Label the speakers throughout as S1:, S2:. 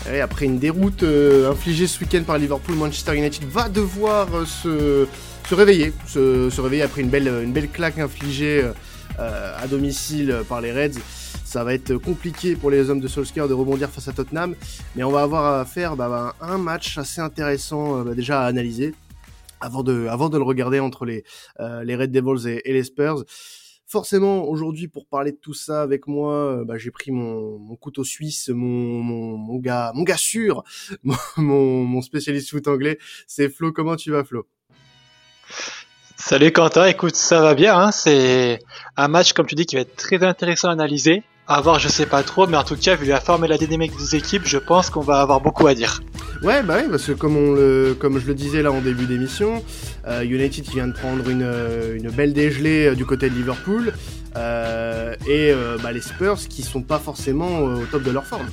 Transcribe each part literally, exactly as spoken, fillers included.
S1: Et après une déroute euh, infligée ce week-end par Liverpool, Manchester United va devoir euh, se, se réveiller, se, se réveiller après une belle, une belle claque infligée euh, à domicile par les Reds. Ça va être compliqué pour les hommes de Solskjaer de rebondir face à Tottenham, mais on va avoir à faire bah, un match assez intéressant bah, déjà à analyser avant de, avant de le regarder entre les, euh, les Red Devils et, et les Spurs. Forcément, aujourd'hui, pour parler de tout ça avec moi, bah, j'ai pris mon, mon couteau suisse, mon, mon, mon gars, mon gars sûr, mon, mon spécialiste foot anglais. C'est Flo. Comment tu vas, Flo?
S2: Salut Quentin, écoute, ça va bien, hein, c'est un match, comme tu dis, qui va être très intéressant à analyser. À voir, je sais pas trop, mais en tout cas, vu la forme et la dynamique des équipes, je pense qu'on va avoir beaucoup à dire.
S1: Ouais, bah oui, parce que comme on le, comme je le disais là en début d'émission, euh, United qui vient de prendre une, une belle dégelée du côté de Liverpool, euh, et euh, bah, les Spurs qui sont pas forcément au top de leur forme.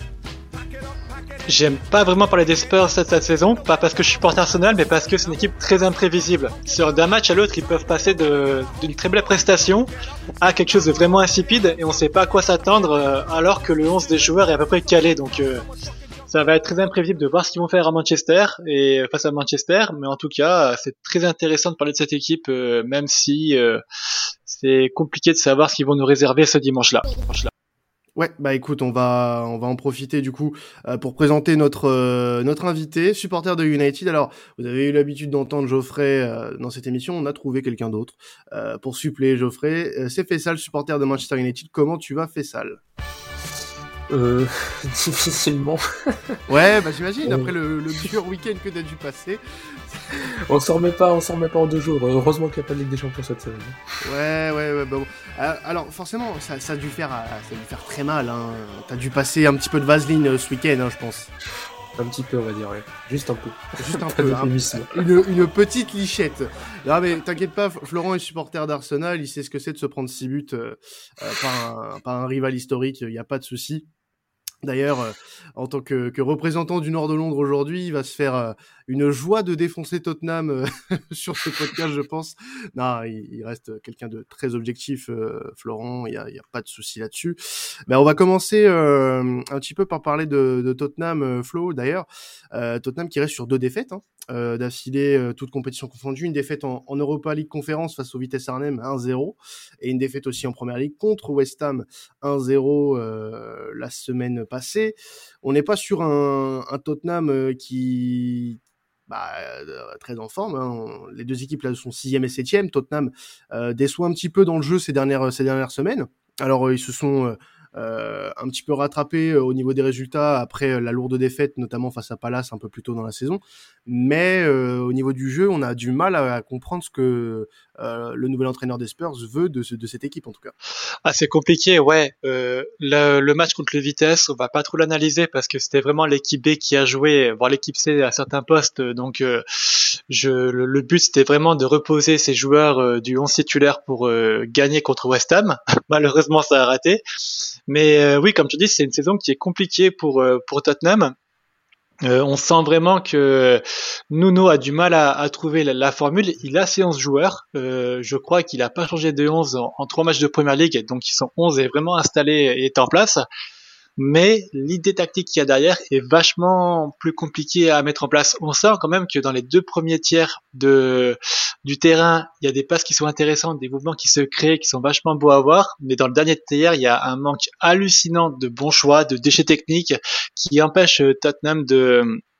S2: J'aime pas vraiment parler des Spurs cette, cette saison, pas parce que je supporte Arsenal, mais parce que c'est une équipe très imprévisible. Sur d'un match à l'autre, ils peuvent passer de, d'une très belle prestation à quelque chose de vraiment insipide, et on sait pas à quoi s'attendre, euh, alors que le onze des joueurs est à peu près calé. Donc euh, ça va être très imprévisible de voir ce qu'ils vont faire à Manchester et face à Manchester, mais en tout cas, c'est très intéressant de parler de cette équipe, euh, même si euh, c'est compliqué de savoir ce qu'ils vont nous réserver ce dimanche-là. dimanche-là.
S1: Ouais, bah écoute, on va on va en profiter du coup euh, pour présenter notre euh, notre invité, supporter de United. Alors, vous avez eu l'habitude d'entendre Geoffrey euh, dans cette émission, on a trouvé quelqu'un d'autre euh, pour suppléer Geoffrey. Euh, c'est Faisal, supporter de Manchester United. Comment tu vas, Faisal?
S3: Euh, difficilement.
S1: Ouais, bah j'imagine,
S3: euh...
S1: après le, le dur week-end que t'as dû passer.
S3: on s'en remet pas, on s'en remet pas en deux jours. Heureusement qu'il n'y a pas de Ligue des Champions cette semaine.
S1: Ouais, ouais, ouais, bah bon. Alors forcément, ça, ça a dû faire, ça a dû faire très mal. Hein. T'as dû passer un petit peu de vaseline ce week-end, hein, je pense.
S3: Un petit peu, on va dire, ouais. Juste un peu.
S1: Juste un peu. Hein. Une, une petite lichette. Non mais t'inquiète pas, Florent est supporter d'Arsenal, il sait ce que c'est de se prendre six buts euh, par, un, par un rival historique, il y a pas de souci. D'ailleurs, euh, en tant que, que représentant du Nord de Londres aujourd'hui, il va se faire euh, une joie de défoncer Tottenham euh, sur ce podcast, je pense. Non, il, il reste quelqu'un de très objectif, euh, Florent, il n'y a, y a pas de souci là-dessus. Ben, on va commencer euh, un petit peu par parler de, de Tottenham, euh, Flo, d'ailleurs. Euh, Tottenham qui reste sur deux défaites, hein, euh, d'affilée, euh, toutes compétitions confondues. Une défaite en, en Europa League Conférence face au Vitesse Arnhem, un zéro. Et une défaite aussi en Première Ligue contre West Ham, un zéro euh, la semaine passée. On n'est pas sur un, un Tottenham euh, qui... Bah, euh, très en forme, hein. Les deux équipes là sont sixième et septième. Tottenham euh, déçoit un petit peu dans le jeu ces dernières ces dernières semaines. Alors euh, ils se sont euh, euh, un petit peu rattrapés euh, au niveau des résultats après euh, la lourde défaite, notamment face à Palace un peu plus tôt dans la saison. Mais euh, au niveau du jeu, on a du mal à, à comprendre ce que euh, le nouvel entraîneur des Spurs veut de, ce, de cette équipe en tout cas.
S2: Ah, c'est compliqué, ouais. Euh, le, le match contre le Vitesse, on va pas trop l'analyser parce que c'était vraiment l'équipe B qui a joué, voire l'équipe C à certains postes. Donc, euh, je, le, le but c'était vraiment de reposer ces joueurs euh, du onze titulaire pour euh, gagner contre West Ham. Malheureusement, ça a raté. Mais euh, oui, comme tu dis, c'est une saison qui est compliquée pour euh, pour Tottenham. Euh, on sent vraiment que Nuno a du mal à, à trouver la, la formule. Il a ses onze joueurs. Euh, je crois qu'il a pas changé de onze en, en trois matchs de Premier League, donc ils sont onze et vraiment installés et est en place. Mais l'idée tactique qu'il y a derrière est vachement plus compliquée à mettre en place. On sent quand même que dans les deux premiers tiers de du terrain, il y a des passes qui sont intéressantes, des mouvements qui se créent, qui sont vachement beaux à voir. Mais dans le dernier tiers, il y a un manque hallucinant de bons choix, de déchets techniques qui empêchent Tottenham de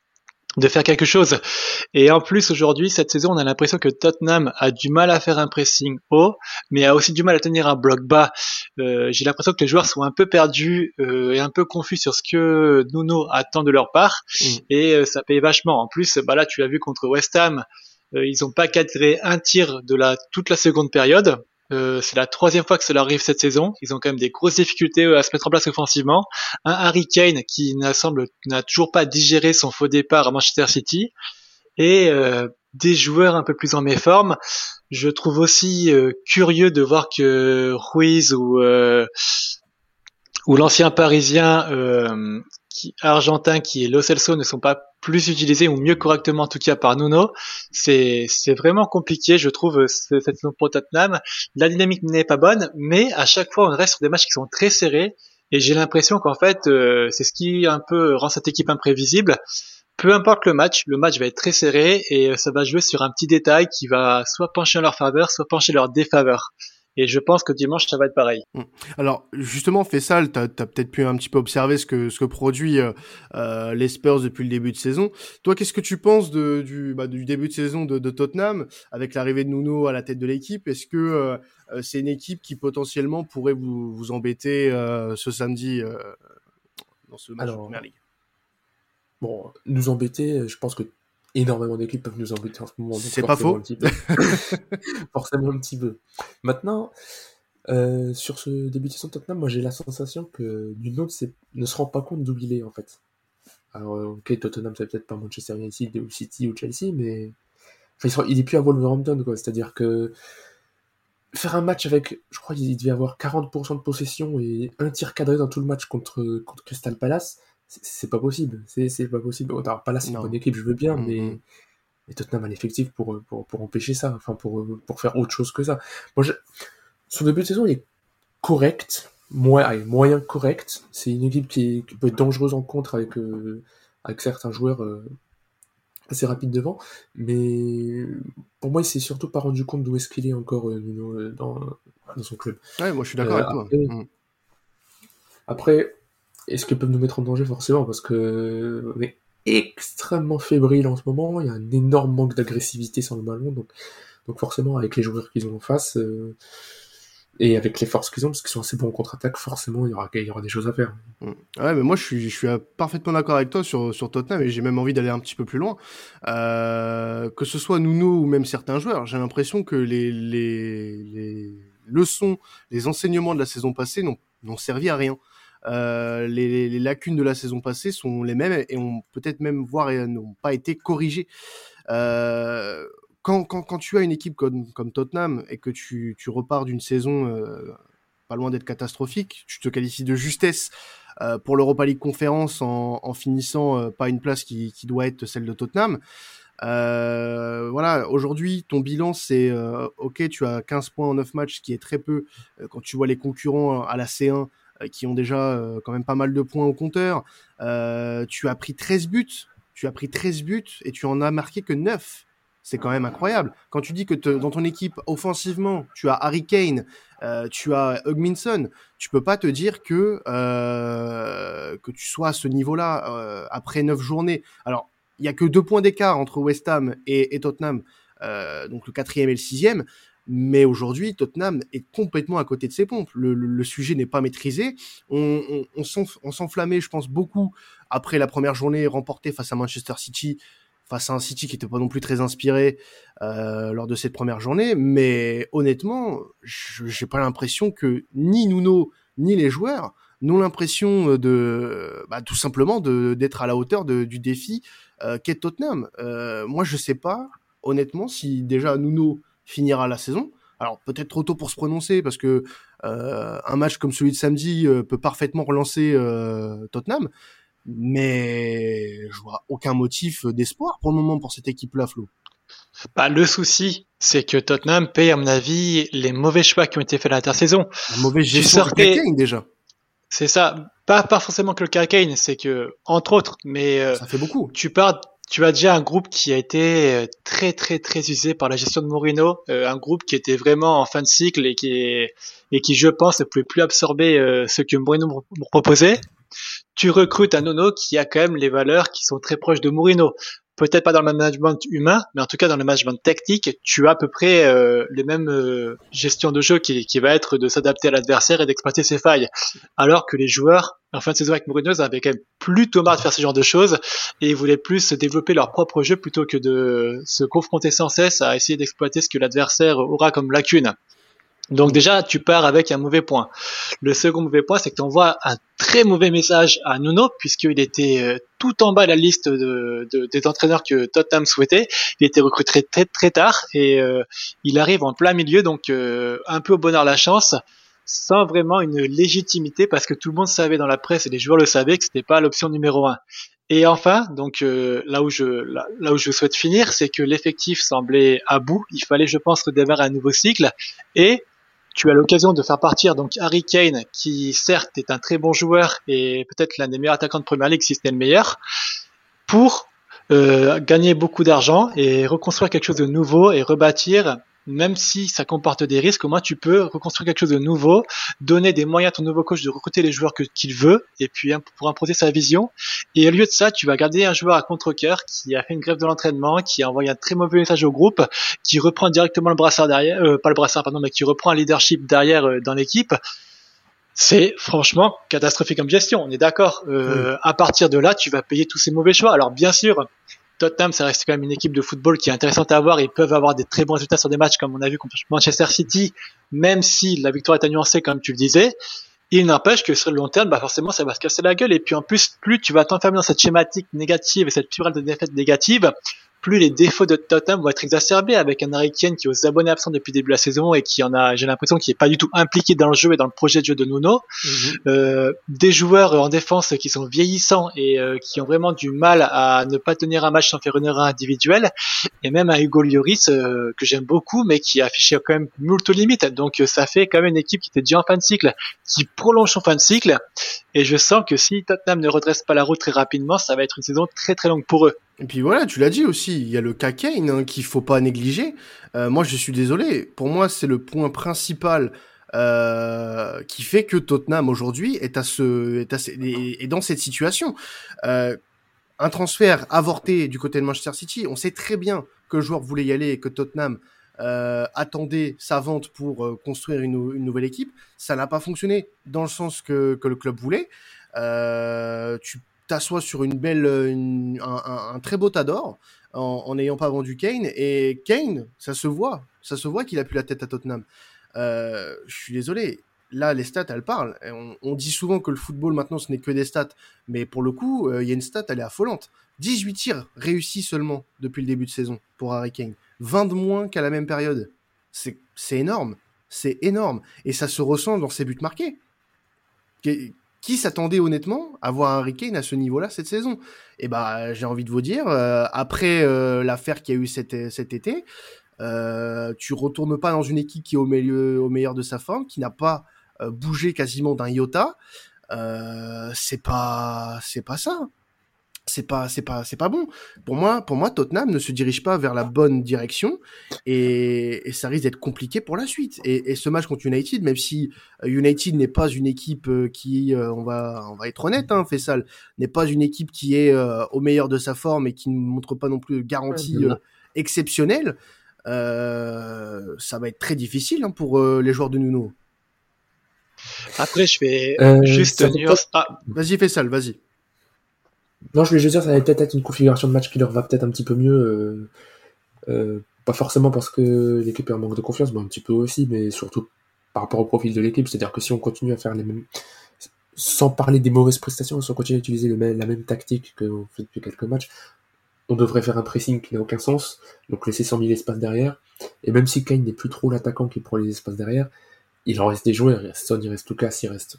S2: de faire quelque chose. Et en plus, aujourd'hui, cette saison, on a l'impression que Tottenham a du mal à faire un pressing haut, mais a aussi du mal à tenir un bloc bas. Euh, j'ai l'impression que les joueurs sont un peu perdus euh, et un peu confus sur ce que Nuno attend de leur part, mmh. et euh, ça paye vachement. En plus, bah là, tu l'as vu contre West Ham, euh, ils n'ont pas cadré un tir de la toute la seconde période. Euh, c'est la troisième fois que cela arrive cette saison. Ils ont quand même des grosses difficultés à se mettre en place offensivement. Un Harry Kane qui n'a, semble, n'a toujours pas digéré son faux départ à Manchester City. Et euh, des joueurs un peu plus en méforme. Je trouve aussi euh, curieux de voir que Ruiz ou, euh, ou l'ancien Parisien euh, qui, argentin qui est Lo Celso ne sont pas plus utilisés ou mieux correctement en tout cas par Nuno. C'est, c'est vraiment compliqué, je trouve, cette saison pour Tottenham. La dynamique n'est pas bonne, mais à chaque fois on reste sur des matchs qui sont très serrés Et j'ai l'impression qu'en fait, euh, c'est ce qui un peu rend cette équipe imprévisible. Peu importe le match, le match va être très serré et ça va jouer sur un petit détail qui va soit pencher en leur faveur, soit pencher en leur défaveur. Et je pense que dimanche, ça va être pareil.
S1: Alors, justement, Faisal, t'as, t'as peut-être pu un petit peu observer ce que, ce que produit euh, euh, les Spurs depuis le début de saison. Toi, qu'est-ce que tu penses de, du, bah, du début de saison de, de Tottenham, avec l'arrivée de Nuno à la tête de l'équipe? Est-ce que euh, c'est une équipe qui potentiellement pourrait vous, vous embêter euh, ce samedi euh, dans ce match
S3: Alors,
S1: de Première Ligue?
S3: Bon, nous embêter, je pense que énormément d'équipes peuvent nous embêter en ce moment. Donc
S1: c'est pas faux.
S3: Un petit peu. Forcément un petit peu. Maintenant, euh, sur ce début de saison de Tottenham, moi j'ai la sensation que Nuno ne se rend pas compte d'où il est en fait. Alors, ok, Tottenham, c'est peut-être pas Manchester United ou City ou Chelsea, mais enfin, il est plus à Wolverhampton, quoi. C'est-à-dire que faire un match avec, je crois qu'il devait avoir quarante pour cent de possession et un tir cadré dans tout le match contre, contre Crystal Palace, c'est, c'est pas possible. C'est, c'est pas possible. Alors, Palace, c'est une bonne équipe, je veux bien, mm-hmm. mais, mais Tottenham a l'effectif pour, pour, pour empêcher ça, enfin, pour, pour faire autre chose que ça. Moi, je, son début de saison, il est correct, moyen, moyen correct. C'est une équipe qui, est, qui peut être dangereuse en contre avec, euh, avec certains joueurs euh, assez rapides devant, mais pour moi, il s'est surtout pas rendu compte d'où est-ce qu'il est encore euh, dans, dans son club.
S1: Ouais, moi je suis d'accord euh, avec
S3: après,
S1: toi. Mmh.
S3: Après, est-ce qu'ils peuvent nous mettre en danger? Forcément, parce que on est extrêmement fébrile en ce moment, il y a un énorme manque d'agressivité sur le ballon, donc, donc forcément, avec les joueurs qu'ils ont en face, euh, et avec les forces qu'ils ont, parce qu'ils sont assez bons en contre-attaque, forcément, il y aura, il y aura des choses à faire.
S1: Ouais, mais moi, je suis, je suis parfaitement d'accord avec toi sur, sur Tottenham, et j'ai même envie d'aller un petit peu plus loin. Euh, que ce soit Nuno ou même certains joueurs, j'ai l'impression que les, les, les leçons, les enseignements de la saison passée n'ont, n'ont servi à rien. Euh, les, les lacunes de la saison passée sont les mêmes et ont peut-être même, voire, n'ont pas été corrigées. Euh, Quand, quand, quand tu as une équipe comme, comme Tottenham et que tu, tu repars d'une saison euh, pas loin d'être catastrophique, tu te qualifies de justesse euh, pour l'Europa League Conference en, en finissant euh, pas une place qui, qui doit être celle de Tottenham. Euh, voilà, aujourd'hui, ton bilan, c'est euh, ok, tu as quinze points en neuf matchs, ce qui est très peu euh, quand tu vois les concurrents à la C un euh, qui ont déjà euh, quand même pas mal de points au compteur. Euh, tu as pris treize buts, tu as pris treize buts et tu en as marqué que neuf. C'est quand même incroyable. Quand tu dis que te, dans ton équipe, offensivement, tu as Harry Kane, euh, tu as Hugminson, tu peux pas te dire que euh, que tu sois à ce niveau-là euh, après neuf journées. Alors, il y a que deux points d'écart entre West Ham et, et Tottenham, euh, donc le quatrième et le sixième. Mais aujourd'hui, Tottenham est complètement à côté de ses pompes. Le, le, le sujet n'est pas maîtrisé. On, on, on, s'enf- on s'enflammait, je pense, beaucoup après la première journée remportée face à Manchester City, face à un City qui n'était pas non plus très inspiré euh, lors de cette première journée, mais honnêtement, je, j'ai pas l'impression que ni Nuno ni les joueurs n'ont l'impression de, bah, tout simplement de, d'être à la hauteur de, du défi euh, qu'est Tottenham. Euh, moi, je sais pas, honnêtement, si déjà Nuno finira la saison. Alors peut-être trop tôt pour se prononcer parce que euh, un match comme celui de samedi euh, peut parfaitement relancer euh, Tottenham. Mais je vois aucun motif d'espoir pour le moment pour cette équipe-là, Flo.
S2: Bah, le souci, c'est que Tottenham paye, à mon avis, les mauvais choix qui ont été faits à l'intersaison.
S1: La mauvaise gestion sortais... du Kane, déjà.
S2: C'est ça. Pas, pas forcément que le cas Kane, c'est que, entre autres, mais euh,
S1: ça fait beaucoup.
S2: Tu pars, tu as déjà un groupe qui a été très, très, très usé par la gestion de Mourinho, euh, un groupe qui était vraiment en fin de cycle et qui, est, et qui, je pense, ne pouvait plus absorber euh, ce que Mourinho nous proposait. Tu recrutes un Nuno qui a quand même les valeurs qui sont très proches de Mourinho. Peut-être pas dans le management humain, mais en tout cas dans le management technique, tu as à peu près euh, les mêmes euh, gestions de jeu qui, qui va être de s'adapter à l'adversaire et d'exploiter ses failles. Alors que les joueurs, en fin de saison avec Mourinho, avaient quand même plutôt marre de faire ce genre de choses et ils voulaient plus développer leur propre jeu plutôt que de se confronter sans cesse à essayer d'exploiter ce que l'adversaire aura comme lacune. Donc déjà, tu pars avec un mauvais point. Le second mauvais point, c'est que tu envoies un très mauvais message à Nuno, puisqu'il était euh, tout en bas de la liste de, de, des entraîneurs que Tottenham souhaitait. Il était recruté très très tard et euh, il arrive en plein milieu, donc euh, un peu au bonheur la chance, sans vraiment une légitimité, parce que tout le monde savait dans la presse et les joueurs le savaient que c'était pas l'option numéro un. Et enfin, donc euh, là où je là, là où je souhaite finir, c'est que l'effectif semblait à bout. Il fallait, je pense, redémarrer un nouveau cycle et tu as l'occasion de faire partir donc Harry Kane, qui certes est un très bon joueur et peut-être l'un des meilleurs attaquants de Premier League, si ce n'est le meilleur, pour euh, gagner beaucoup d'argent et reconstruire quelque chose de nouveau et rebâtir, même si ça comporte des risques, au moins tu peux reconstruire quelque chose de nouveau, donner des moyens à ton nouveau coach de recruter les joueurs que, qu'il veut, et puis hein, pour imposer sa vision. Et au lieu de ça, tu vas garder un joueur à contre-cœur qui a fait une grève de l'entraînement, qui a envoyé un très mauvais message au groupe, qui reprend directement le brassard derrière, euh, pas le brassard, pardon, mais qui reprend un leadership derrière euh, dans l'équipe. C'est franchement catastrophique comme gestion, on est d'accord. Euh, oui. À partir de là, tu vas payer tous ces mauvais choix. Alors bien sûr, Tottenham, ça reste quand même une équipe de football qui est intéressante à voir. Ils peuvent avoir des très bons résultats sur des matchs comme on a vu contre Manchester City, même si la victoire est à nuancer, comme tu le disais. Il n'empêche que sur le long terme, bah forcément, ça va se casser la gueule. Et puis en plus, plus tu vas t'enfermer dans cette schématique négative et cette spirale de défaite négative, plus les défauts de Tottenham vont être exacerbés, avec un Harry Kane qui est aux abonnés absents depuis le début de la saison et qui en a, j'ai l'impression, qui est pas du tout impliqué dans le jeu et dans le projet de jeu de Nuno. Mm-hmm. Euh, des joueurs en défense qui sont vieillissants et euh, qui ont vraiment du mal à ne pas tenir un match sans faire une erreur individuelle. Et même un Hugo Lloris euh, que j'aime beaucoup, mais qui a affiché quand même moult limites. Donc ça fait quand même une équipe qui était déjà en fin de cycle, qui prolonge son fin de cycle. Et je sens que si Tottenham ne redresse pas la route très rapidement, ça va être une saison très très longue pour eux.
S1: Et puis voilà, tu l'as dit aussi, il y a le cas Kane hein, qu'il faut pas négliger. Euh, moi, je suis désolé. Pour moi, c'est le point principal euh, qui fait que Tottenham aujourd'hui est à ce, est, à ce, est, est dans cette situation. Euh, un transfert avorté du côté de Manchester City, on sait très bien que le joueur voulait y aller et que Tottenham euh, attendait sa vente pour euh, construire une, une nouvelle équipe. Ça n'a pas fonctionné dans le sens que, que le club voulait. Euh, tu t'assois sur une belle, une, un, un, un très beau tas d'or en n'ayant pas vendu Kane. Et Kane, ça se voit, ça se voit qu'il a plus la tête à Tottenham. Euh, je suis désolé. Là, les stats, elles parlent. On, on dit souvent que le football, maintenant, ce n'est que des stats. Mais pour le coup, il euh, y a une stat, elle est affolante. dix-huit tirs réussis seulement depuis le début de saison pour Harry Kane. vingt de moins qu'à la même période. C'est, c'est énorme. C'est énorme. Et ça se ressent dans ses buts marqués. Qui s'attendait honnêtement à voir Harry Kane à ce niveau-là cette saison? Et bah, j'ai envie de vous dire, euh, après euh, l'affaire qu'il y a eu cet, cet été, euh, tu retournes pas dans une équipe qui est au, milieu, au meilleur de sa forme, qui n'a pas euh, bougé quasiment d'un iota. Euh, c'est pas, c'est pas ça. C'est pas, c'est pas, c'est pas bon. Pour moi, pour moi, Tottenham ne se dirige pas vers la bonne direction et, et ça risque d'être compliqué pour la suite. Et, et ce match contre United, même si United n'est pas une équipe qui, euh, on va, on va être honnête, hein, Faisal, n'est pas une équipe qui est euh, au meilleur de sa forme et qui ne montre pas non plus de garantie euh, exceptionnelle, euh, ça va être très difficile hein, pour euh, les joueurs de Nuno.
S2: Après, je vais euh, juste nuance. Ah.
S1: Vas-y, Faisal, vas-y.
S3: Non, je voulais juste dire, ça va peut-être être une configuration de match qui leur va peut-être un petit peu mieux. Euh, euh, pas forcément parce que l'équipe est en manque de confiance, mais un petit peu aussi, mais surtout par rapport au profil de l'équipe. C'est-à-dire que si on continue à faire les mêmes... Sans parler des mauvaises prestations, si on continue à utiliser le même, la même tactique qu'on fait depuis quelques matchs, on devrait faire un pressing qui n'a aucun sens, donc laisser cent mille espaces derrière. Et même si Kane n'est plus trop l'attaquant qui prend les espaces derrière, il en reste des joueurs. Il reste Son, il reste Lucas, il reste...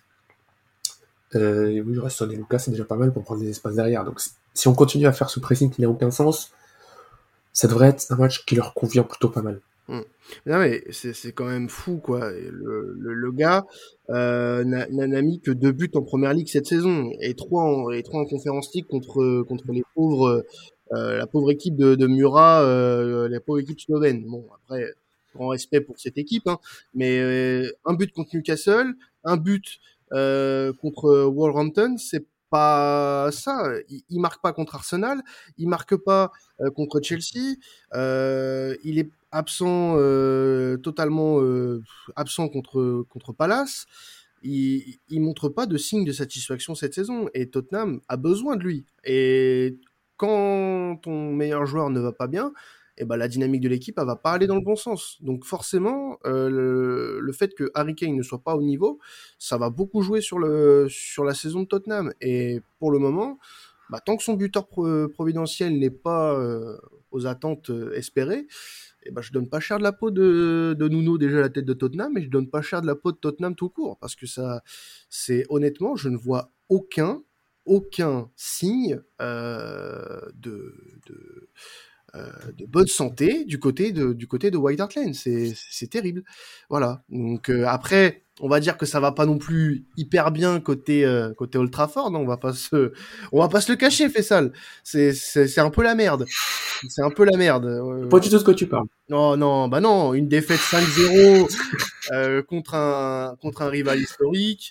S3: Euh, oui, Son et Lucas, c'est déjà pas mal pour prendre des espaces derrière. Donc, si on continue à faire ce pressing qui n'a aucun sens, ça devrait être un match qui leur convient plutôt pas mal.
S1: Mmh. Non mais c'est, c'est quand même fou quoi. Le, le, le gars euh, n'a, n'a mis que deux buts en première ligue cette saison et trois en, et trois en Conference League contre contre les pauvres euh, la pauvre équipe de, de Murat, euh, la pauvre équipe slovène. Bon après grand respect pour cette équipe, hein, mais euh, un but contre Newcastle, un but euh, contre Wolverhampton, c'est pas ça. Il, il marque pas contre Arsenal, il marque pas euh, contre Chelsea, euh, il est absent euh, totalement euh, absent contre contre Palace. Il, il montre pas de signe de satisfaction cette saison et Tottenham a besoin de lui. Et quand ton meilleur joueur ne va pas bien, et ben la dynamique de l'équipe elle va pas aller dans le bon sens. Donc forcément, euh, le, le fait que Harry Kane ne soit pas au niveau, ça va beaucoup jouer sur le sur la saison de Tottenham. Et pour le moment, bah, tant que son buteur pro- providentiel n'est pas euh, aux attentes euh, espérées, et ben je donne pas cher de la peau de, de Nuno déjà à la tête de Tottenham, mais je donne pas cher de la peau de Tottenham tout court parce que ça, c'est honnêtement, je ne vois aucun aucun signe euh, de, de euh, de bonne santé du côté de du côté de White Hart Lane. C'est c'est terrible. Voilà. Donc euh, après, on va dire que ça va pas non plus hyper bien côté euh, côté Old Trafford. Non, on va pas se on va pas se le cacher, Faisal. C'est c'est c'est un peu la merde. C'est un peu la merde. Euh,
S3: Pas du tout de quoi tu parles.
S1: non, non, bah non, une défaite cinq zéro euh, contre un contre un rival historique,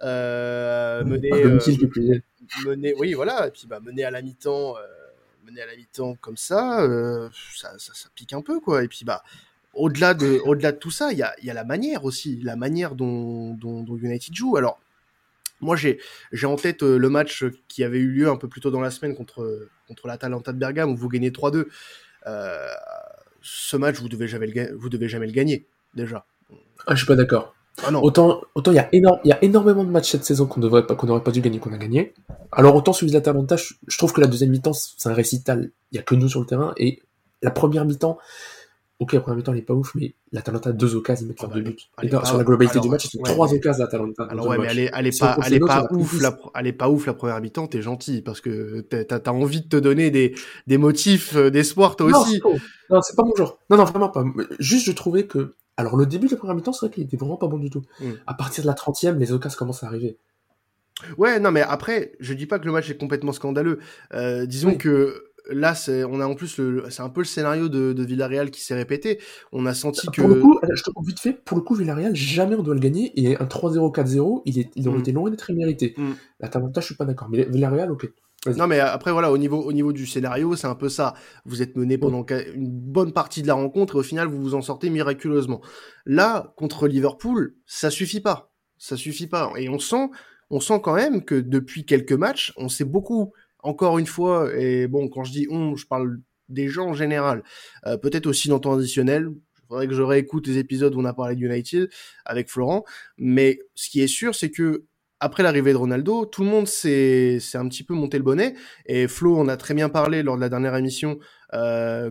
S1: euh, mené,
S3: À
S1: euh,
S3: domicile, qui plus est.
S1: mené, oui, voilà, et puis bah mené à la mi-temps, euh, mené à la mi-temps comme ça, euh, ça, ça, ça pique un peu quoi. Et puis bah au-delà de au-delà de tout ça, il y a il y a la manière aussi, la manière dont dont, dont United joue. Alors moi j'ai j'ai en tête euh, le match qui avait eu lieu un peu plus tôt dans la semaine contre contre l'Atalanta de Bergame où vous gagnez trois deux. Euh, ce match, vous devez jamais le, ga- vous devez jamais le gagner, déjà.
S3: Ah, je suis pas d'accord.
S1: Ah non.
S3: Autant, autant il y a énorme, il y a énormément de matchs cette saison qu'on devrait pas, qu'on n'aurait pas dû gagner, qu'on a gagné. Alors autant celui de l'Atalanta, je, je trouve que la deuxième mi-temps, c'est un récital. Il y a que nous sur le terrain et la première mi-temps, ok, la première mi-temps elle est pas ouf, mais l'Atalanta a deux occasions, ils mettent leurs
S1: bah,
S3: deux
S1: elle est-
S3: buts.
S1: elle
S3: Et
S1: est
S3: dans-
S1: pas-
S3: sur la globalité
S1: alors,
S3: du match, ils ont
S1: ouais,
S3: trois
S1: mais-
S3: occasions l'Atalanta. dans
S1: Alors
S3: tout
S1: ouais,
S3: le
S1: mais
S3: match.
S1: elle est, elle est
S3: Si on
S1: pas,
S3: compte
S1: elle
S3: les
S1: est
S3: nôtres, il y en
S1: pas
S3: a
S1: ouf
S3: dix.
S1: la, pro- elle est pas ouf la première mi-temps. T'es gentil parce que t'as, t'as t'as envie de te donner des, des motifs euh, d'espoir toi
S3: Non,
S1: aussi.
S3: c'est faux. Non, c'est pas mon genre. Non, non, vraiment pas. Juste, je trouvais que. Alors, le début de la première mi-temps, c'est vrai qu'il était vraiment pas bon du tout.
S1: Mm.
S3: À partir de la trentième, les occasions commencent à arriver.
S1: Ouais, non, mais après, je dis pas que le match est complètement scandaleux. Euh, disons
S3: Oui.
S1: que là, c'est, on a en plus le, c'est un peu le scénario de, de Villarreal qui s'est répété. On a senti que
S3: Pour le coup, je te coupe vite fait, pour le coup, Villarreal, jamais on doit le gagner. Et un trois zéro, quatre zéro, il est, ils ont
S1: Mm.
S3: été loin d'être immérités.
S1: Mm.
S3: L'Atalanta, je suis pas d'accord. Mais Villarreal, ok. Vas-y.
S1: Non, mais après, voilà, au niveau, au niveau du scénario, c'est un peu ça. Vous êtes mené pendant ca- une bonne partie de la rencontre et au final, vous vous en sortez miraculeusement. Là, contre Liverpool, ça suffit pas. Ça suffit pas. Et on sent, on sent quand même que depuis quelques matchs, on s'est beaucoup, encore une fois, et bon, quand je dis on, je parle des gens en général, euh, peut-être aussi dans le temps additionnel. Il faudrait que je réécoute les épisodes où on a parlé de United avec Florent. Mais ce qui est sûr, c'est que après l'arrivée de Ronaldo, tout le monde s'est, s'est un petit peu monté le bonnet. Et Flo en a très bien parlé lors de la dernière émission euh,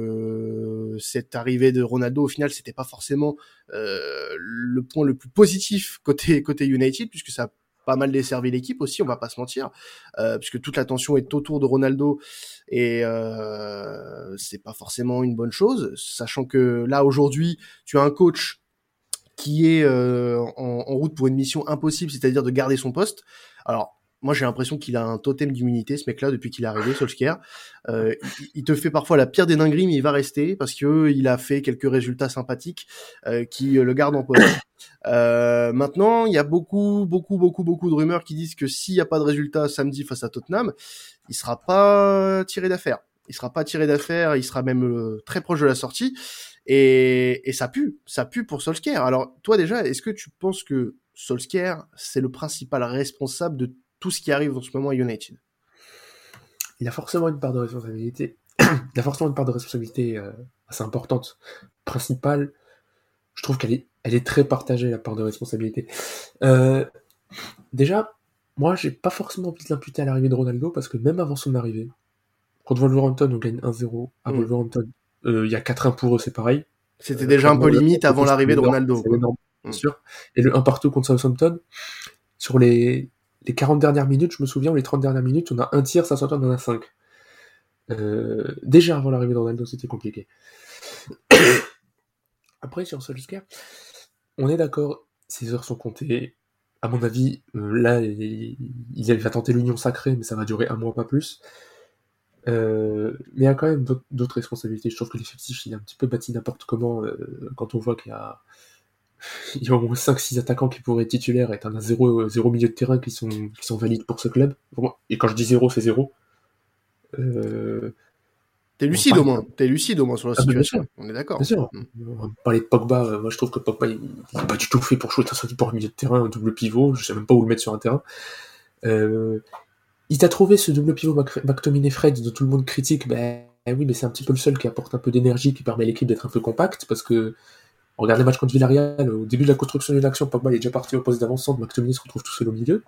S1: que cette arrivée de Ronaldo, au final, c'était pas forcément euh, le point le plus positif côté côté United, puisque ça a pas mal desservi l'équipe aussi, on va pas se mentir, euh, puisque toute l'attention est autour de Ronaldo et euh, c'est pas forcément une bonne chose, sachant que là aujourd'hui, tu as un coach qui est euh, en, en route pour une mission impossible, c'est-à-dire de garder son poste. Alors, moi, j'ai l'impression qu'il a un totem d'immunité, ce mec-là, depuis qu'il est arrivé, Solskjaer. Euh, il, il te fait parfois la pire des dingueries, mais il va rester parce que euh, il a fait quelques résultats sympathiques euh, qui euh, le gardent en poste. Euh, maintenant, il y a beaucoup, beaucoup, beaucoup, beaucoup de rumeurs qui disent que s'il n'y a pas de résultat samedi face à Tottenham, il sera pas tiré d'affaire. Il sera pas tiré d'affaire, il sera même euh, très proche de la sortie. Et, et ça pue, ça pue pour Solskjaer. Alors, toi déjà, est-ce que tu penses que Solskjaer, c'est le principal responsable de tout ce qui arrive en ce moment à United?
S3: Il a forcément une part de responsabilité. Il a forcément une part de responsabilité euh, assez importante. Principale, je trouve qu'elle est, elle est très partagée, la part de responsabilité. Euh, déjà, moi, j'ai pas forcément envie de l'imputer à l'arrivée de Ronaldo, parce que même avant son arrivée, contre Wolverhampton, on gagne un zéro. À
S1: Mm.
S3: Wolverhampton, il euh, y a quatre un pour eux, c'est pareil.
S1: C'était
S3: Euh,
S1: déjà un peu
S3: clairement,
S1: limite
S3: le-
S1: avant
S3: c'est
S1: l'arrivée de
S3: énorme,
S1: Ronaldo,
S3: C'est
S1: quoi.
S3: énorme, bien
S1: Mm.
S3: sûr. Et le un partout contre Southampton, sur les, les quarante dernières minutes, je me souviens, ou les trente dernières minutes, on a un tir, Southampton en a cinq. Euh, déjà avant l'arrivée de Ronaldo, c'était compliqué. Après, sur Solskjaer, on est d'accord, ses heures sont comptées. À mon avis, euh, là, il, il va tenter l'union sacrée, mais ça va durer un mois, pas plus. Euh, mais il y a quand même d'autres, d'autres responsabilités. Je trouve que l'effectif, il est un petit peu bâti n'importe comment, euh, quand on voit qu'il y a, il y a au moins cinq six attaquants qui pourraient être titulaires, et t'en as zéro, zéro milieu de terrain qui sont, qui sont valides pour ce club. Et quand je dis zéro, c'est zéro. Euh,
S1: T'es
S3: on va
S1: lucide
S3: pas-
S1: au moins, t'es lucide au moins sur la
S3: Ah, mais bien
S1: situation.
S3: sûr.
S1: On est d'accord.
S3: Bien sûr.
S1: Mm.
S3: On va parler de Pogba. euh, Moi, je trouve que Pogba, il n'est pas du tout fait pour jouer dans un pour milieu de terrain, un double pivot. Je sais même pas où le mettre sur un terrain. Euh, il t'a trouvé ce double pivot Mac- McTominay-Fred dont tout le monde critique. Ben oui, mais c'est un petit peu le seul qui apporte un peu d'énergie, qui permet à l'équipe d'être un peu compacte, parce que on regarde les matchs contre Villarreal, au début de la construction d'une action, Pogba il est déjà parti au poste d'avancement, McTominay se retrouve tout seul au milieu.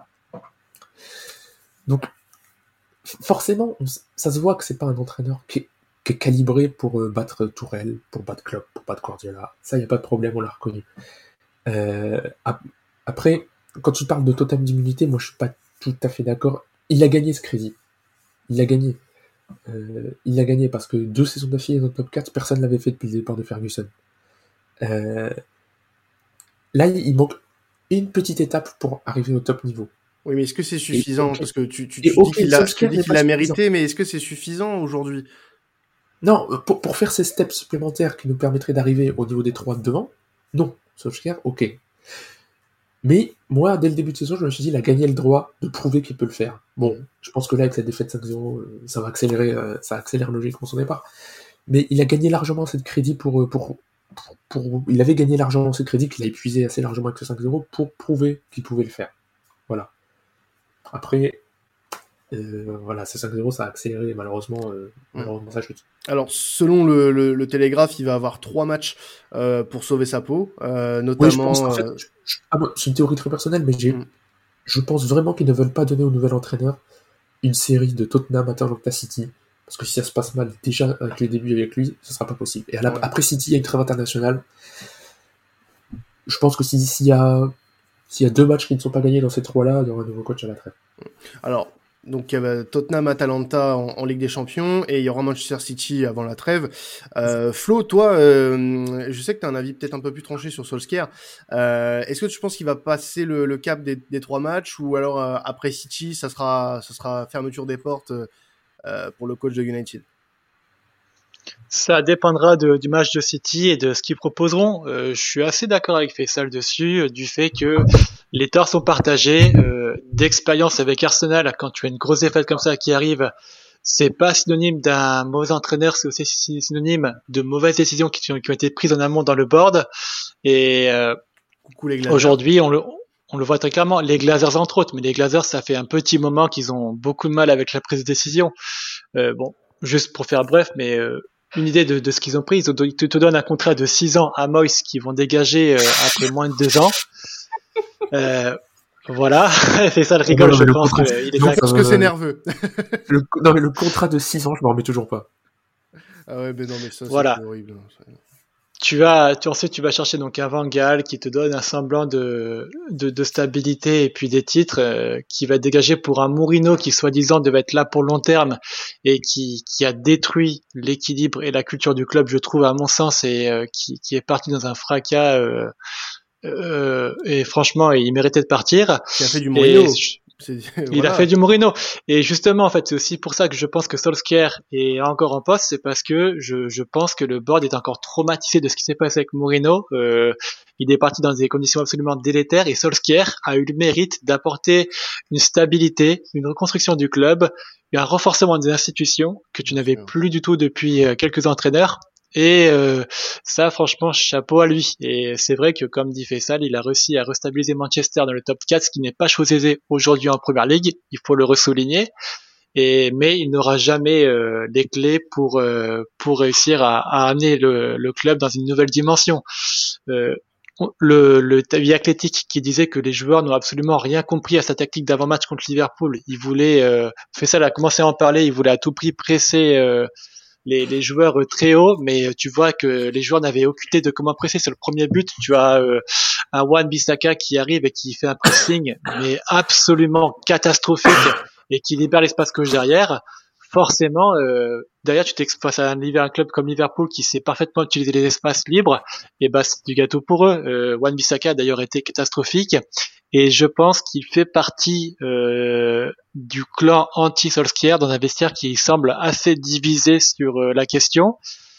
S3: Donc, forcément, on s- ça se voit que c'est pas un entraîneur qui est, qui est calibré pour euh, battre Tourelle, pour battre Klopp, pour battre Guardiola. Ça, y a pas de problème, on l'a reconnu. Euh, ap- après, quand tu parles de totem d'immunité, moi je suis pas tout à fait d'accord. Il a gagné ce crédit. Il l'a gagné. Euh, il l'a gagné parce que deux saisons d'affilée dans le top quatre, personne ne l'avait fait depuis le départ de Ferguson. Euh, là, il manque une petite étape pour arriver au top niveau.
S1: Oui, mais est-ce que c'est suffisant? Okay. Parce que tu, tu,
S3: et
S1: tu
S3: okay,
S1: dis qu'il l'a, tu dis qu'il l'a mérité, mais est-ce que c'est suffisant aujourd'hui?
S3: Non, pour, pour faire ces steps supplémentaires qui nous permettraient d'arriver au niveau des trois devant, non. Solskjaer, ok. Mais moi, dès le début de saison, je me suis dit, il a gagné le droit de prouver qu'il peut le faire. Bon, je pense que là, avec la défaite cinq zéro, ça va accélérer, ça accélère logiquement son départ. Mais il a gagné largement assez de crédit pour, pour, pour, pour il avait gagné largement assez de crédit qu'il a épuisé assez largement avec ce cinq zéro pour prouver qu'il pouvait le faire. Voilà. Après, euh, voilà, ce cinq zéro, ça a accéléré malheureusement, euh, malheureusement sa chute.
S1: Alors, selon le, le, le Télégraphe, il va avoir trois matchs euh, pour sauver sa peau, euh, notamment.
S3: Oui, je pense qu'en fait, je, je, ah, bon, c'est une théorie très personnelle, mais j'ai, mm. je pense vraiment qu'ils ne veulent pas donner au nouvel entraîneur une série de Tottenham, Atalanta, City, parce que si ça se passe mal déjà avec les débuts avec lui, ce sera pas possible. Et à la, ouais. après City, il y a une trêve internationale. Je pense que s'il si y a s'il y a deux matchs qui ne sont pas gagnés dans ces trois-là, il y aura un nouveau coach à la trêve.
S1: Alors. Donc il y avait Tottenham, Atalanta en, en Ligue des Champions et il y aura Manchester City avant la trêve. Euh, Flo, toi, euh, je sais que tu as un avis peut-être un peu plus tranché sur Solskjaer. Euh, est-ce que tu penses qu'il va passer le, le cap des, des trois matchs ou alors euh, après City, ça sera, ça sera fermeture des portes euh, pour le coach de United?
S2: Ça dépendra de, du match de City et de ce qu'ils proposeront. Euh, je suis assez d'accord avec Faisal dessus, euh, du fait que les torts sont partagés. Euh, d'expérience avec Arsenal, quand tu as une grosse défaite comme ça qui arrive, c'est pas synonyme d'un mauvais entraîneur, c'est aussi synonyme de mauvaises décisions qui ont, qui ont été prises en amont dans le board. Et euh,
S1: Coucou les
S2: aujourd'hui, on le, on le voit très clairement. Les Glazers entre autres, mais les Glazers, ça fait un petit moment qu'ils ont beaucoup de mal avec la prise de décision. Euh, bon, juste pour faire bref, mais euh, une idée de, de ce qu'ils ont pris. Ils, ont, ils te, te donnent un contrat de six ans à Moyes qui vont dégager euh, après moins de deux ans. Euh, voilà, c'est ça le rigole, non, je pense
S1: contrat, que, il est je pense que c'est nerveux.
S3: le, non mais le contrat de six ans, je m'en remets toujours pas.
S1: Ah ouais, mais non mais ça
S2: voilà.
S1: c'est horrible.
S2: Tu as, tu, ensuite tu vas chercher donc un Van Gaal qui te donne un semblant de, de, de stabilité et puis des titres euh, qui va dégager pour un Mourinho qui soi-disant devait être là pour long terme et qui, qui a détruit l'équilibre et la culture du club, je trouve à mon sens, et euh, qui, qui est parti dans un fracas euh, euh, et franchement il méritait de partir.
S1: Qui a fait du Mourinho.
S2: C'est, il voilà. a fait du Mourinho. Et justement, en fait, c'est aussi pour ça que je pense que Solskjaer est encore en poste, c'est parce que je, je pense que le board est encore traumatisé de ce qui s'est passé avec Mourinho. Euh, il est parti dans des conditions absolument délétères et Solskjaer a eu le mérite d'apporter une stabilité, une reconstruction du club, un renforcement des institutions que tu n'avais plus du tout depuis quelques entraîneurs. Et euh, ça, franchement, chapeau à lui. Et c'est vrai que, comme dit Faisal, il a réussi à restabiliser Manchester dans le top quatre, ce qui n'est pas chose aisée aujourd'hui en Premier League, il faut le ressouligner. Et mais il n'aura jamais euh, les clés pour euh, pour réussir à, à amener le, le club dans une nouvelle dimension. Euh, le le Tavi Athletic qui disait que les joueurs n'ont absolument rien compris à sa tactique d'avant-match contre Liverpool. Il voulait, euh, Faisal a commencé à en parler, il voulait à tout prix presser. Euh, Les, les joueurs très hauts, mais tu vois que les joueurs n'avaient aucune idée de comment presser. Sur le premier but, tu as euh, un Wan-Bissaka qui arrive et qui fait un pressing, mais absolument catastrophique, et qui libère l'espace gauche derrière. Forcément, euh, derrière, tu t'exposes à un, un club comme Liverpool qui sait parfaitement utiliser les espaces libres, et bah c'est du gâteau pour eux. Euh, Wan-Bissaka a d'ailleurs été catastrophique. Et je pense qu'il fait partie euh, du clan anti-Solskjaer dans un vestiaire qui semble assez divisé sur euh, la question.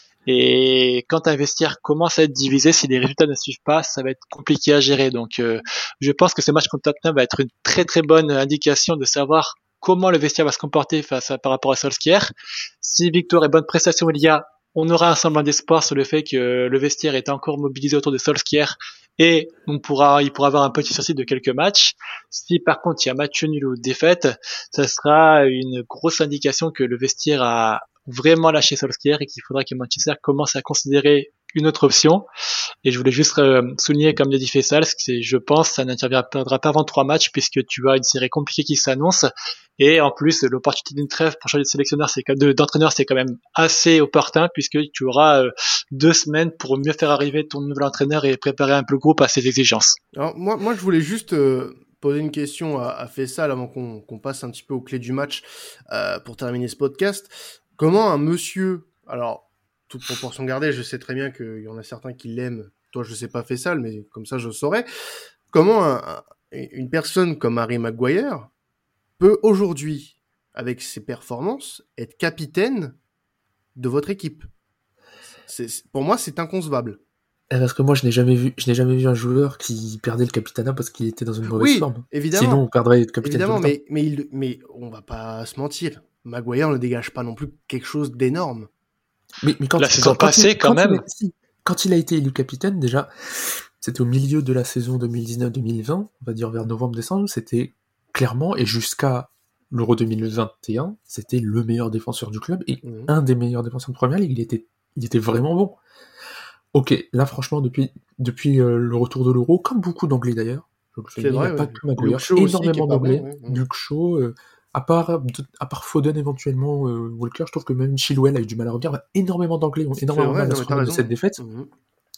S2: Et quand un vestiaire commence à être divisé, si les résultats ne suivent pas, ça va être compliqué à gérer. Donc euh, je pense que ce match contre Tottenham va être une très très bonne indication de savoir comment le vestiaire va se comporter face à, par rapport à Solskjaer. Si victoire et bonne prestation il y a, on aura un semblant d'espoir sur le fait que le vestiaire est encore mobilisé autour de Solskjaer et on pourra, il pourra avoir un petit sursis de quelques matchs. Si par contre il y a match nul ou défaite, ça sera une grosse indication que le vestiaire a vraiment lâché Solskjaer et qu'il faudra que Manchester commence à considérer une autre option. Et je voulais juste euh, souligner, comme l'a dit Faisal, c'est, je pense, ça n'interviendra pas avant trois matchs puisque tu as une série compliquée qui s'annonce. Et en plus, l'opportunité d'une trêve pour changer de sélectionneur, c'est de, d'entraîneur, c'est quand même assez opportun puisque tu auras euh, deux semaines pour mieux faire arriver ton nouvel entraîneur et préparer un peu le groupe à ses exigences.
S1: Alors moi, moi, je voulais juste euh, poser une question à, à Faisal avant qu'on, qu'on passe un petit peu aux clés du match euh, pour terminer ce podcast. comment un monsieur, alors, toute proportion gardée, je sais très bien qu'il y en a certains qui l'aiment, toi je sais pas Faisal, mais comme ça je saurais, comment un, un, une personne comme Harry Maguire peut aujourd'hui, avec ses performances, être capitaine de votre équipe. C'est, c'est, pour moi, c'est inconcevable.
S3: Parce que moi, je n'ai jamais vu, je n'ai jamais vu un joueur qui perdait le capitanat parce qu'il était dans une mauvaise
S1: oui,
S3: forme.
S1: Évidemment.
S3: Sinon, on perdrait le capitaine.
S1: Évidemment,
S3: tout le
S1: mais, mais, il, mais on va pas se mentir. Maguire ne dégage pas non plus quelque chose d'énorme.
S2: Mais, mais quand, la quand, saison quand passée, il, quand, quand même.
S3: Il a, si, quand il a été élu capitaine, déjà, c'était au milieu de la saison deux mille dix-neuf deux mille vingt, on va dire vers novembre-décembre, c'était clairement, et jusqu'à l'Euro deux mille vingt et un, c'était le meilleur défenseur du club, et mmh. un des meilleurs défenseurs de Première Ligue, il était, il était vraiment bon. Ok, là franchement, depuis, depuis euh, le retour de l'Euro, comme beaucoup d'Anglais d'ailleurs, il n'y a ouais. pas que Maguire, énormément d'Anglais, bon, ouais. Luke Shaw, euh, à, part, à part Foden éventuellement, euh, Walker, je trouve que même Chilwell a eu du mal à revenir, énormément d'Anglais ont énormément de mal à se remettre de cette défaite. Mmh.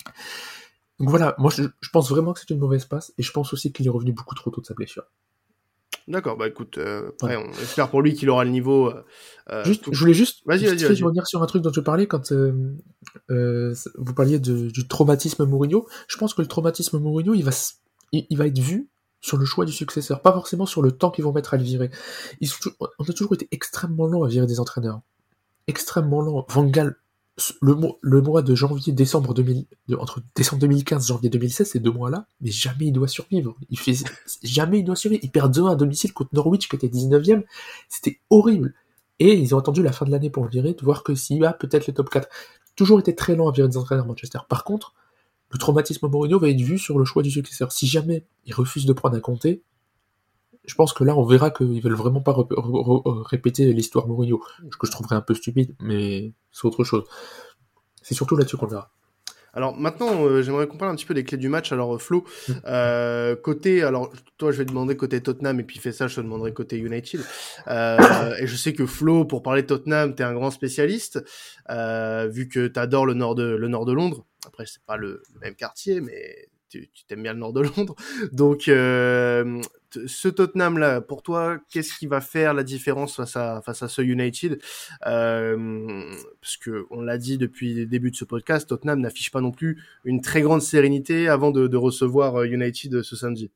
S3: Donc voilà, moi je, je pense vraiment que c'est une mauvaise passe, et je pense aussi qu'il est revenu beaucoup trop tôt de sa blessure.
S1: D'accord, bah écoute, euh, après, ouais. on espère pour lui qu'il aura le niveau. Euh,
S3: juste, tout... Je voulais juste,
S1: vas-y,
S3: juste
S1: vas-y, vas-y.
S3: revenir sur un truc dont tu parlais quand euh, euh, vous parliez de, du traumatisme Mourinho. Je pense que le traumatisme Mourinho, il va, il, il va être vu sur le choix du successeur, pas forcément sur le temps qu'ils vont mettre à le virer. Ils sont, on a toujours été extrêmement lents à virer des entraîneurs. Extrêmement lents. Van Gaal, le, le mois de janvier, décembre deux mille, de, entre décembre deux mille quinze et janvier deux mille seize, ces deux mois-là, mais jamais il doit survivre. Il fait, jamais il doit survivre. Il perd deux un à domicile contre Norwich, qui était dix-neuvième. C'était horrible. Et ils ont attendu la fin de l'année pour le virer, de voir que s'il y a peut-être le top quatre. Toujours été très lent à virer des entraîneurs à Manchester. Par contre, le traumatisme Mourinho va être vu sur le choix du successeur. Si jamais il refuse de prendre un Conte, je pense que là, on verra qu'ils veulent vraiment pas rep- re- re- répéter l'histoire Mourinho, ce que je trouverais un peu stupide, mais c'est autre chose. C'est surtout là-dessus qu'on verra.
S1: Alors maintenant, euh, j'aimerais qu'on parle un petit peu des clés du match. Alors euh, Flo, euh, côté, alors toi je vais te demander côté Tottenham et puis fais ça, je te demanderai côté United. Euh, et je sais que Flo, pour parler de Tottenham, t'es un grand spécialiste, euh, vu que t'adores le nord de le nord de Londres. Après c'est pas le, le même quartier, mais tu, tu t'aimes bien le nord de Londres. Donc euh, ce Tottenham là, pour toi, qu'est-ce qui va faire la différence face à face à ce United? euh, Parce que on l'a dit depuis le début de ce podcast, Tottenham n'affiche pas non plus une très grande sérénité avant de, de recevoir United ce samedi.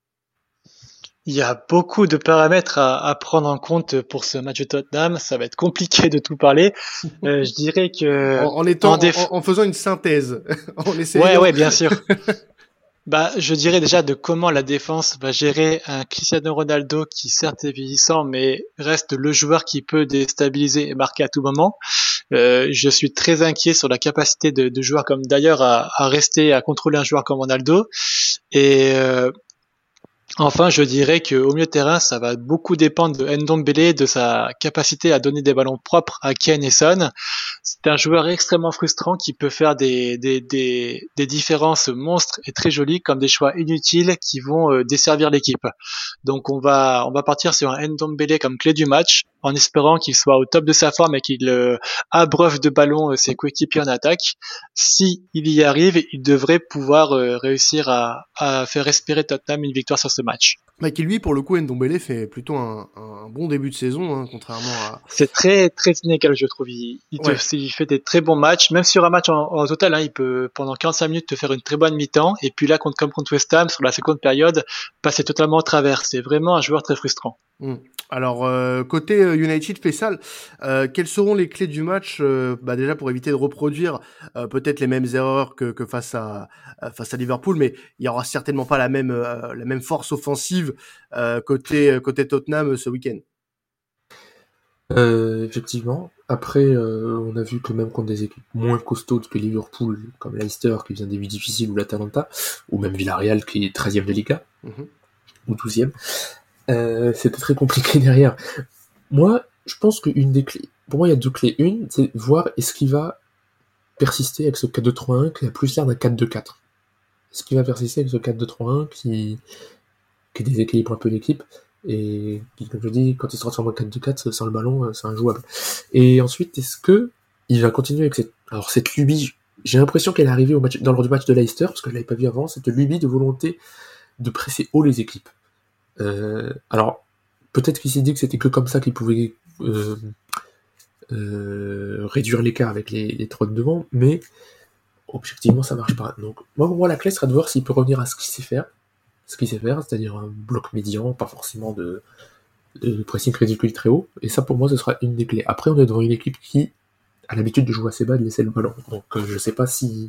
S2: Il y a beaucoup de paramètres à, à prendre en compte pour ce match de Tottenham. Ça va être compliqué de tout parler. Euh, je dirais que
S1: en, en étant en, déf... en, en faisant une synthèse, en essayant.
S2: Ouais, ouais, bien sûr. Bah, je dirais déjà de comment la défense va gérer un Cristiano Ronaldo qui certes est vieillissant, mais reste le joueur qui peut déstabiliser et marquer à tout moment. Euh, je suis très inquiet sur la capacité de, de joueurs comme d'ailleurs à, à rester, à contrôler un joueur comme Ronaldo. Et euh, enfin, je dirais qu'au milieu de terrain, ça va beaucoup dépendre de Ndombele, de sa capacité à donner des ballons propres à Kane et Son. C'est un joueur extrêmement frustrant qui peut faire des, des, des, des différences monstres et très jolies comme des choix inutiles qui vont euh, desservir l'équipe. Donc on va, on va partir sur un Ndombele comme clé du match en espérant qu'il soit au top de sa forme et qu'il euh, abreuve de ballons euh, ses coéquipiers en attaque. Si il y arrive, il devrait pouvoir euh, réussir à, à faire espérer Tottenham une victoire sur ce match.
S1: Bah, qui lui, pour le coup, Ndombele fait plutôt un, un bon début de saison, hein, contrairement à...
S2: C'est très, très inégal, je trouve. Il, il, te, ouais. il fait des très bons matchs. Même sur un match en, en total, hein, il peut, pendant quarante-cinq minutes, te faire une très bonne mi-temps. Et puis là, contre, comme contre West Ham, sur la seconde période, passer totalement au travers. C'est vraiment un joueur très frustrant.
S1: Mmh. Alors, euh, côté United, Faisal, euh, quelles seront les clés du match, euh, bah, déjà pour éviter de reproduire euh, peut-être les mêmes erreurs que, que face à euh, face à Liverpool, mais il y aura certainement pas la même euh, la même force offensive euh, côté côté Tottenham ce week-end.
S3: Euh, effectivement. Après, euh, on a vu que même contre des équipes moins costaudes que Liverpool, comme Leicester qui vient des vies difficiles, ou l'Atalanta, ou même Villarreal qui est treizième de Liga, mmh. ou douzième. Euh, c'était très compliqué derrière. Moi, je pense qu'une des clés, pour moi, il y a deux clés. Une, c'est voir est-ce qu'il va persister avec ce quatre deux trois un qui a plus l'air d'un quatre deux quatre. Est-ce qu'il va persister avec ce quatre deux trois un qui, qui déséquilibre un peu l'équipe et qui, comme je dis, quand il se transforme en quatre deux quatre sans le ballon, c'est injouable. Et ensuite, est-ce que il va continuer avec cette, alors cette lubie, j'ai l'impression qu'elle est arrivée au match, dans le match de Leicester, parce que je l'avais pas vu avant, cette lubie de volonté de presser haut les équipes. Euh, alors, peut-être qu'il s'est dit que c'était que comme ça qu'il pouvait euh, euh, réduire l'écart avec les, les trois de devant, mais objectivement ça marche pas. Donc moi pour moi la clé serait de voir s'il peut revenir à ce qu'il sait faire, ce qu'il sait faire, c'est-à-dire un bloc médian, pas forcément de, de pressing ridicule très haut, et ça pour moi ce sera une des clés. Après on est devant une équipe qui a l'habitude de jouer assez bas, de laisser le ballon, donc euh, je sais pas si,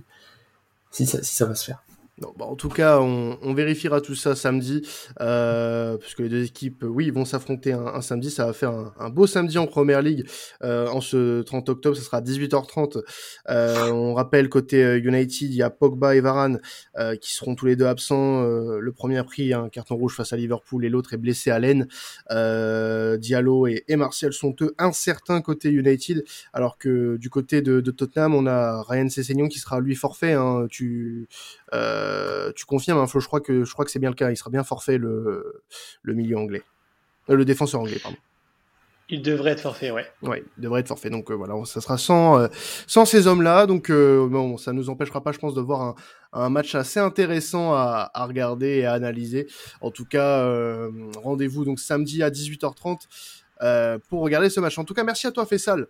S3: si, ça, si ça va se faire.
S1: Non, bah en tout cas, on, on vérifiera tout ça samedi, euh, parce que les deux équipes, oui, vont s'affronter un, un samedi. Ça va faire un, un beau samedi en Première Ligue euh, en ce trente octobre. Ça sera à dix-huit heures trente. Euh, on rappelle, côté United, il y a Pogba et Varane euh, qui seront tous les deux absents. Euh, le premier a pris un carton rouge face à Liverpool et l'autre est blessé à l'aine. Euh, Diallo et, et Martial sont eux incertains côté United, alors que du côté de, de Tottenham, on a Ryan Sessegnon qui sera lui forfait. Hein, tu... Euh, Euh, tu confirmes, hein, Flo, je crois que je crois que c'est bien le cas. Il sera bien forfait le le milieu anglais, euh, le défenseur anglais, pardon.
S2: Il devrait être forfait, ouais.
S1: Ouais, il devrait être forfait. Donc euh, voilà, ça sera sans euh, sans ces hommes-là. Donc euh, bon, ça nous empêchera pas, je pense, de voir un un match assez intéressant à, à regarder et à analyser. En tout cas, euh, rendez-vous donc samedi à dix-huit heures trente euh, pour regarder ce match. En tout cas, merci à toi, Faisal,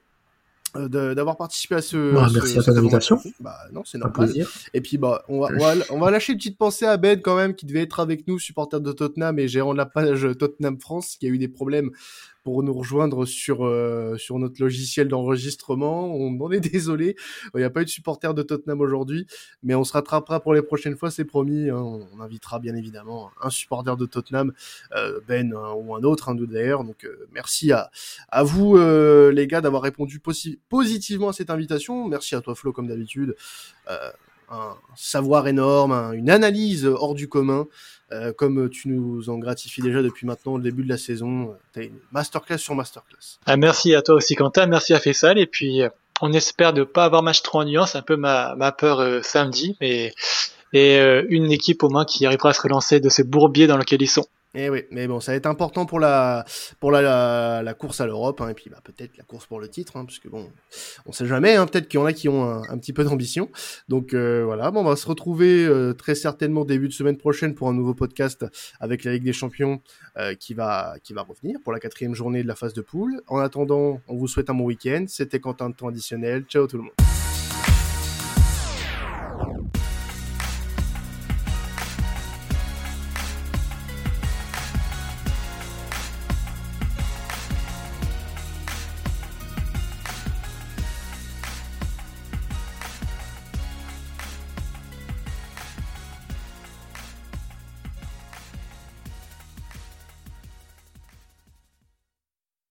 S1: de, d'avoir participé à ce,
S3: bah,
S1: ce
S3: merci à ton invitation.
S1: Bah non, c'est
S3: Un
S1: normal.
S3: plaisir.
S1: Et puis bah on va, on va on va lâcher une petite pensée à Ben quand même, qui devait être avec nous, supporter de Tottenham et gérant de la page Tottenham France, qui a eu des problèmes pour nous rejoindre sur euh, sur notre logiciel d'enregistrement. On en est désolé. Il n'y a pas eu de supporter de Tottenham aujourd'hui, mais on se rattrapera pour les prochaines fois, c'est promis. Hein. On invitera bien évidemment un supporter de Tottenham, euh, Ben hein, ou un autre, un hein, d'ailleurs. Donc euh, merci à à vous euh, les gars d'avoir répondu posi- positivement à cette invitation. Merci à toi Flo comme d'habitude. Euh, un savoir énorme, un, une analyse hors du commun. Euh, comme tu nous en gratifies déjà depuis maintenant le début de la saison, t'as une masterclass sur masterclass.
S2: Ah, merci à toi aussi Quentin, merci à Faisal, et puis on espère de pas avoir match trop ennuyant, c'est un peu ma, ma peur euh, samedi, mais et euh, une équipe au moins qui arrivera à se relancer de ces bourbiers dans lesquels ils sont.
S1: Eh oui, mais bon, ça va être important pour la pour la la, la course à l'Europe, hein, et puis bah peut-être la course pour le titre, hein, parce que bon, on sait jamais, hein, peut-être qu'il y en a qui ont un, un petit peu d'ambition. Donc euh, voilà, bon, on va se retrouver euh, très certainement début de semaine prochaine pour un nouveau podcast avec la Ligue des Champions euh, qui va qui va revenir pour la quatrième journée de la phase de poule. En attendant, on vous souhaite un bon week-end. C'était Quentin de Temps Additionnel. Ciao tout le monde.